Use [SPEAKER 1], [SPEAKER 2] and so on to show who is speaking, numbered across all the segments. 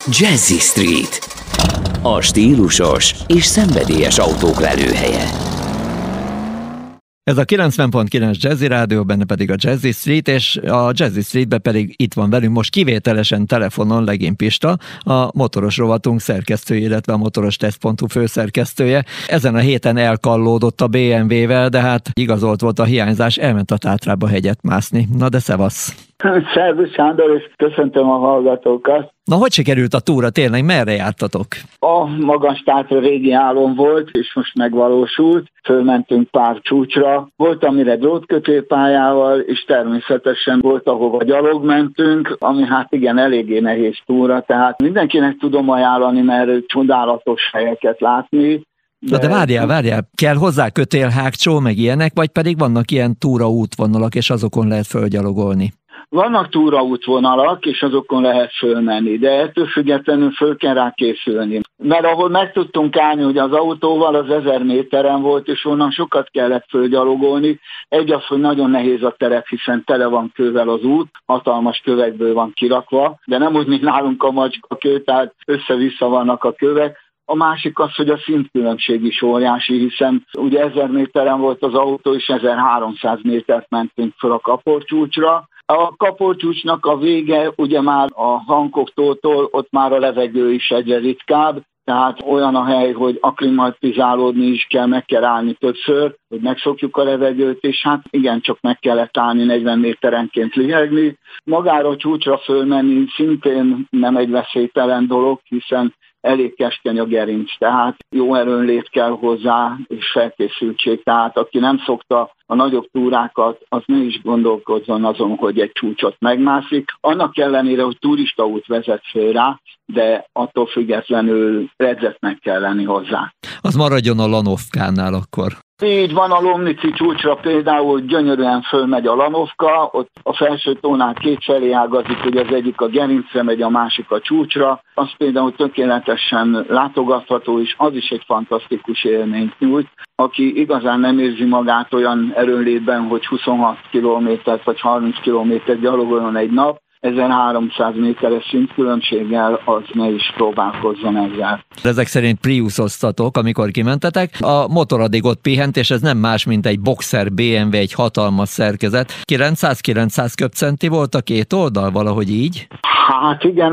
[SPEAKER 1] Jazzy Street, a stílusos és szenvedélyes autók lelőhelye.
[SPEAKER 2] Ez a 90.9 Jazzy Rádió, benne pedig a Jazzy Street, és a Jazzy Streetbe pedig itt van velünk most kivételesen telefonon Legény Pista, a motoros rovatunk szerkesztője, illetve a motorostest.hu főszerkesztője. Ezen a héten elkallódott a BMW-vel, de hát igazolt volt a hiányzás, elment a Tátrába hegyet mászni. Na de szevasz!
[SPEAKER 3] Szervusz Sándor, és köszöntöm a hallgatókat.
[SPEAKER 2] Na, hogy sikerült a túra tényleg? Merre jártatok?
[SPEAKER 3] A Magas Tátra régi álom volt, és most megvalósult. Fölmentünk pár csúcsra. Volt, amire drótkötélpályával, és természetesen volt, ahova gyalog mentünk, ami hát igen, eléggé nehéz túra. Tehát mindenkinek tudom ajánlani, mert csodálatos helyeket látni.
[SPEAKER 2] De várjál, kell hozzá kötélhágcsó, meg ilyenek, vagy pedig vannak ilyen túraútvonalak, és azokon lehet fölgyalogolni?
[SPEAKER 3] Vannak túraútvonalak, és azokon lehet fölmenni, de ettől függetlenül föl kell rá készülni. Mert ahol meg tudtunk állni, hogy az autóval az 1000 méteren volt, és onnan sokat kellett fölgyalogolni. Egy az, hogy nagyon nehéz a terep, hiszen tele van kővel az út, hatalmas kövekből van kirakva, de nem úgy, mint nálunk a macska kő, tehát össze-vissza vannak a kövek. A másik az, hogy a szintkülönbség is óriási, hiszen ugye 1000 méteren volt az autó, és 1300 métert mentünk föl a Kaporcsúcsra. A Kaporcsúcsnak a vége, ugye már a Hankoktól, ott már a levegő is egyre ritkább, tehát olyan a hely, hogy akklimatizálódni is kell, meg kell állni többször, hogy megszokjuk a levegőt, és hát igen, csak meg kellett állni 40 méterenként lihegni. Magára a csúcsra fölmenni szintén nem egy veszélytelen dolog, hiszen elég keskeny a gerinc, tehát jó erőnlét kell hozzá, és felkészültség. Tehát aki nem szokta a nagyobb túrákat, az ne is gondolkozzon azon, hogy egy csúcsot megmászik. Annak ellenére, hogy turistaút vezet föl rá, de attól függetlenül redzetnek kell lenni hozzá.
[SPEAKER 2] Az maradjon a Lanovkánál akkor.
[SPEAKER 3] Így van, a Lomnici csúcsra például gyönyörűen fölmegy a Lanovka, ott a felső tónál kétfelé ágazik, hogy az egyik a gerincre megy, a másik a csúcsra. Az például tökéletesen látogatható, és az is egy fantasztikus élményt nyújt. Aki igazán nem érzi magát olyan erőnlétben, hogy 26 kilométert vagy 30 kilométert gyalogoljon egy nap, 1300 méteres szintkülönbséggel, az ne is próbálkozzon ezzel.
[SPEAKER 2] Ezek szerint Priuszoztatok, amikor kimentetek. A motor addig ott pihent, és ez nem más, mint egy boxer BMW, egy hatalmas szerkezet. 900-900 köbcenti volt a két oldal, valahogy így?
[SPEAKER 3] Hát igen,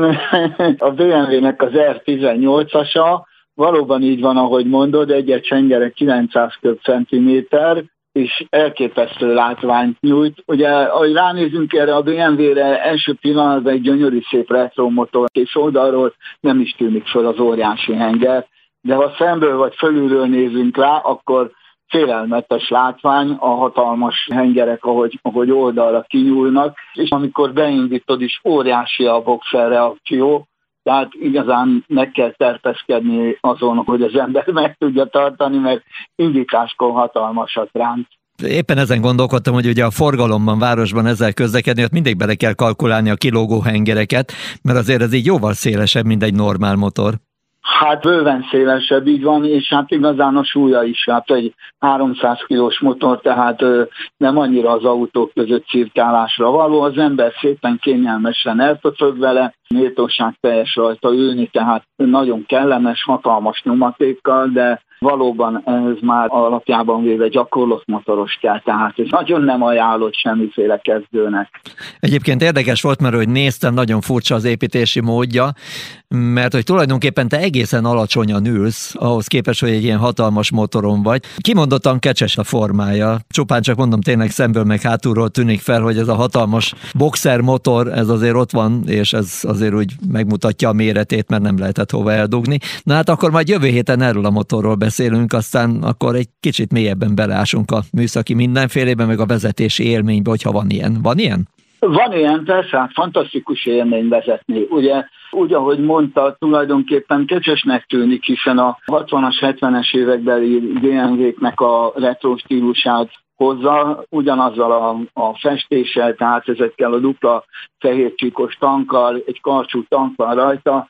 [SPEAKER 3] a BMW-nek az R18-asa, valóban így van, ahogy mondod, egy csengere 900 köbcentiméter, és elképesztő látványt nyújt. Ugye, ahogy ránézünk erre a BMW-re, első pillanatban egy gyönyörű szép retro motor, és oldalról nem is tűnik föl az óriási henger, de ha szemből vagy fölülről nézünk rá, akkor félelmetes látvány, a hatalmas hengerek, ahogy oldalra kinyúlnak, és amikor beindítod is, óriási a boxer reakció, tehát igazán meg kell terpeszkedni azon, hogy az ember meg tudja tartani, mert indításkor hatalmasat ránt.
[SPEAKER 2] Éppen ezen gondolkodtam, hogy ugye a forgalomban, városban ezzel közlekedni, ott mindig bele kell kalkulálni a kilógó hengereket, mert azért ez így jóval szélesebb, mint egy normál motor.
[SPEAKER 3] Hát bőven szélesebb, így van, és hát igazán a súlya is, hát egy 300 kilós motor, tehát nem annyira az autók között cirkálásra való, az ember szépen kényelmesen elpöfög vele, méltóság teljes rajta ülni, tehát nagyon kellemes, hatalmas nyomatékkal, de valóban ez már alapjában véve gyakorlott motoros kell, tehát ez nagyon nem ajánlott semmiféle kezdőnek.
[SPEAKER 2] Egyébként érdekes volt, mert hogy néztem, nagyon furcsa az építési módja, mert hogy tulajdonképpen te egészen alacsonyan ülsz, ahhoz képest, hogy egy ilyen hatalmas motoron vagy. Kimondottan kecses a formája. Csupán csak mondom, tényleg szemből meg hátulról tűnik fel, hogy ez a hatalmas boxer motor, ez azért ott van, és ez azért úgy megmutatja a méretét, mert nem lehetett hova eldugni. Na hát akkor majd jövő héten erről a motorról beszélünk, aztán akkor egy kicsit mélyebben beleásunk a műszaki mindenfélében, meg a vezetési élménybe, hogyha van ilyen. Van ilyen?
[SPEAKER 3] Van ilyen, persze, hát fantasztikus élmény vezetni. Ugye, úgy, ahogy mondta, tulajdonképpen kecsesnek tűnik, hiszen a 60-as, 70-es évekbeli BMW-knek a retro stílusát hozza, ugyanazzal a festéssel, tehát ezekkel a dupla fehér csíkos tankkal, egy karcsú tankkal rajta,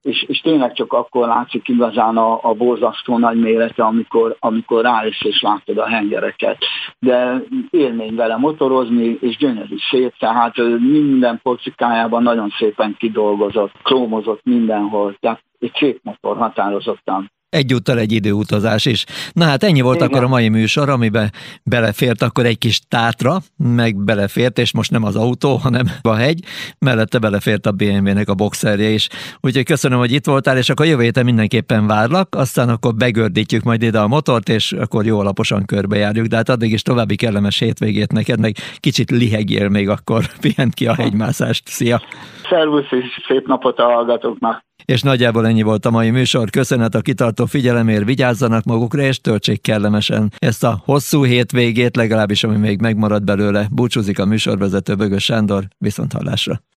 [SPEAKER 3] és tényleg csak akkor látszik igazán a borzasztó nagy mérete, amikor rájössz és látod a hengereket. De élmény vele motorozni, és gyönyörű szép, tehát minden porcikájában nagyon szépen kidolgozott, krómozott mindenhol, tehát egy szép motor határozottan.
[SPEAKER 2] Egyúttal egy időutazás is. Na hát ennyi volt. Igen. Akkor a mai műsor, amiben belefért akkor egy kis Tátra, meg belefért, és most nem az autó, hanem a hegy, mellette belefért a BMW-nek a boxerje is. Úgyhogy köszönöm, hogy itt voltál, és akkor jövő héten mindenképpen várlak, aztán akkor begördítjük majd ide a motort, és akkor jó alaposan körbejárjuk, de hát addig is további kellemes hétvégét neked, meg kicsit lihegjél még akkor, pihent ki a hegymászást. Szia!
[SPEAKER 3] Szervusz, és szép napot a hallgatóknak!
[SPEAKER 2] És nagyjából ennyi volt a mai műsor. Köszönet a kitartó figyelemért, vigyázzanak magukra, és töltsék kellemesen ezt a hosszú hétvégét, legalábbis ami még megmarad belőle. Búcsúzik a műsorvezető Bögös Sándor, viszonthallásra.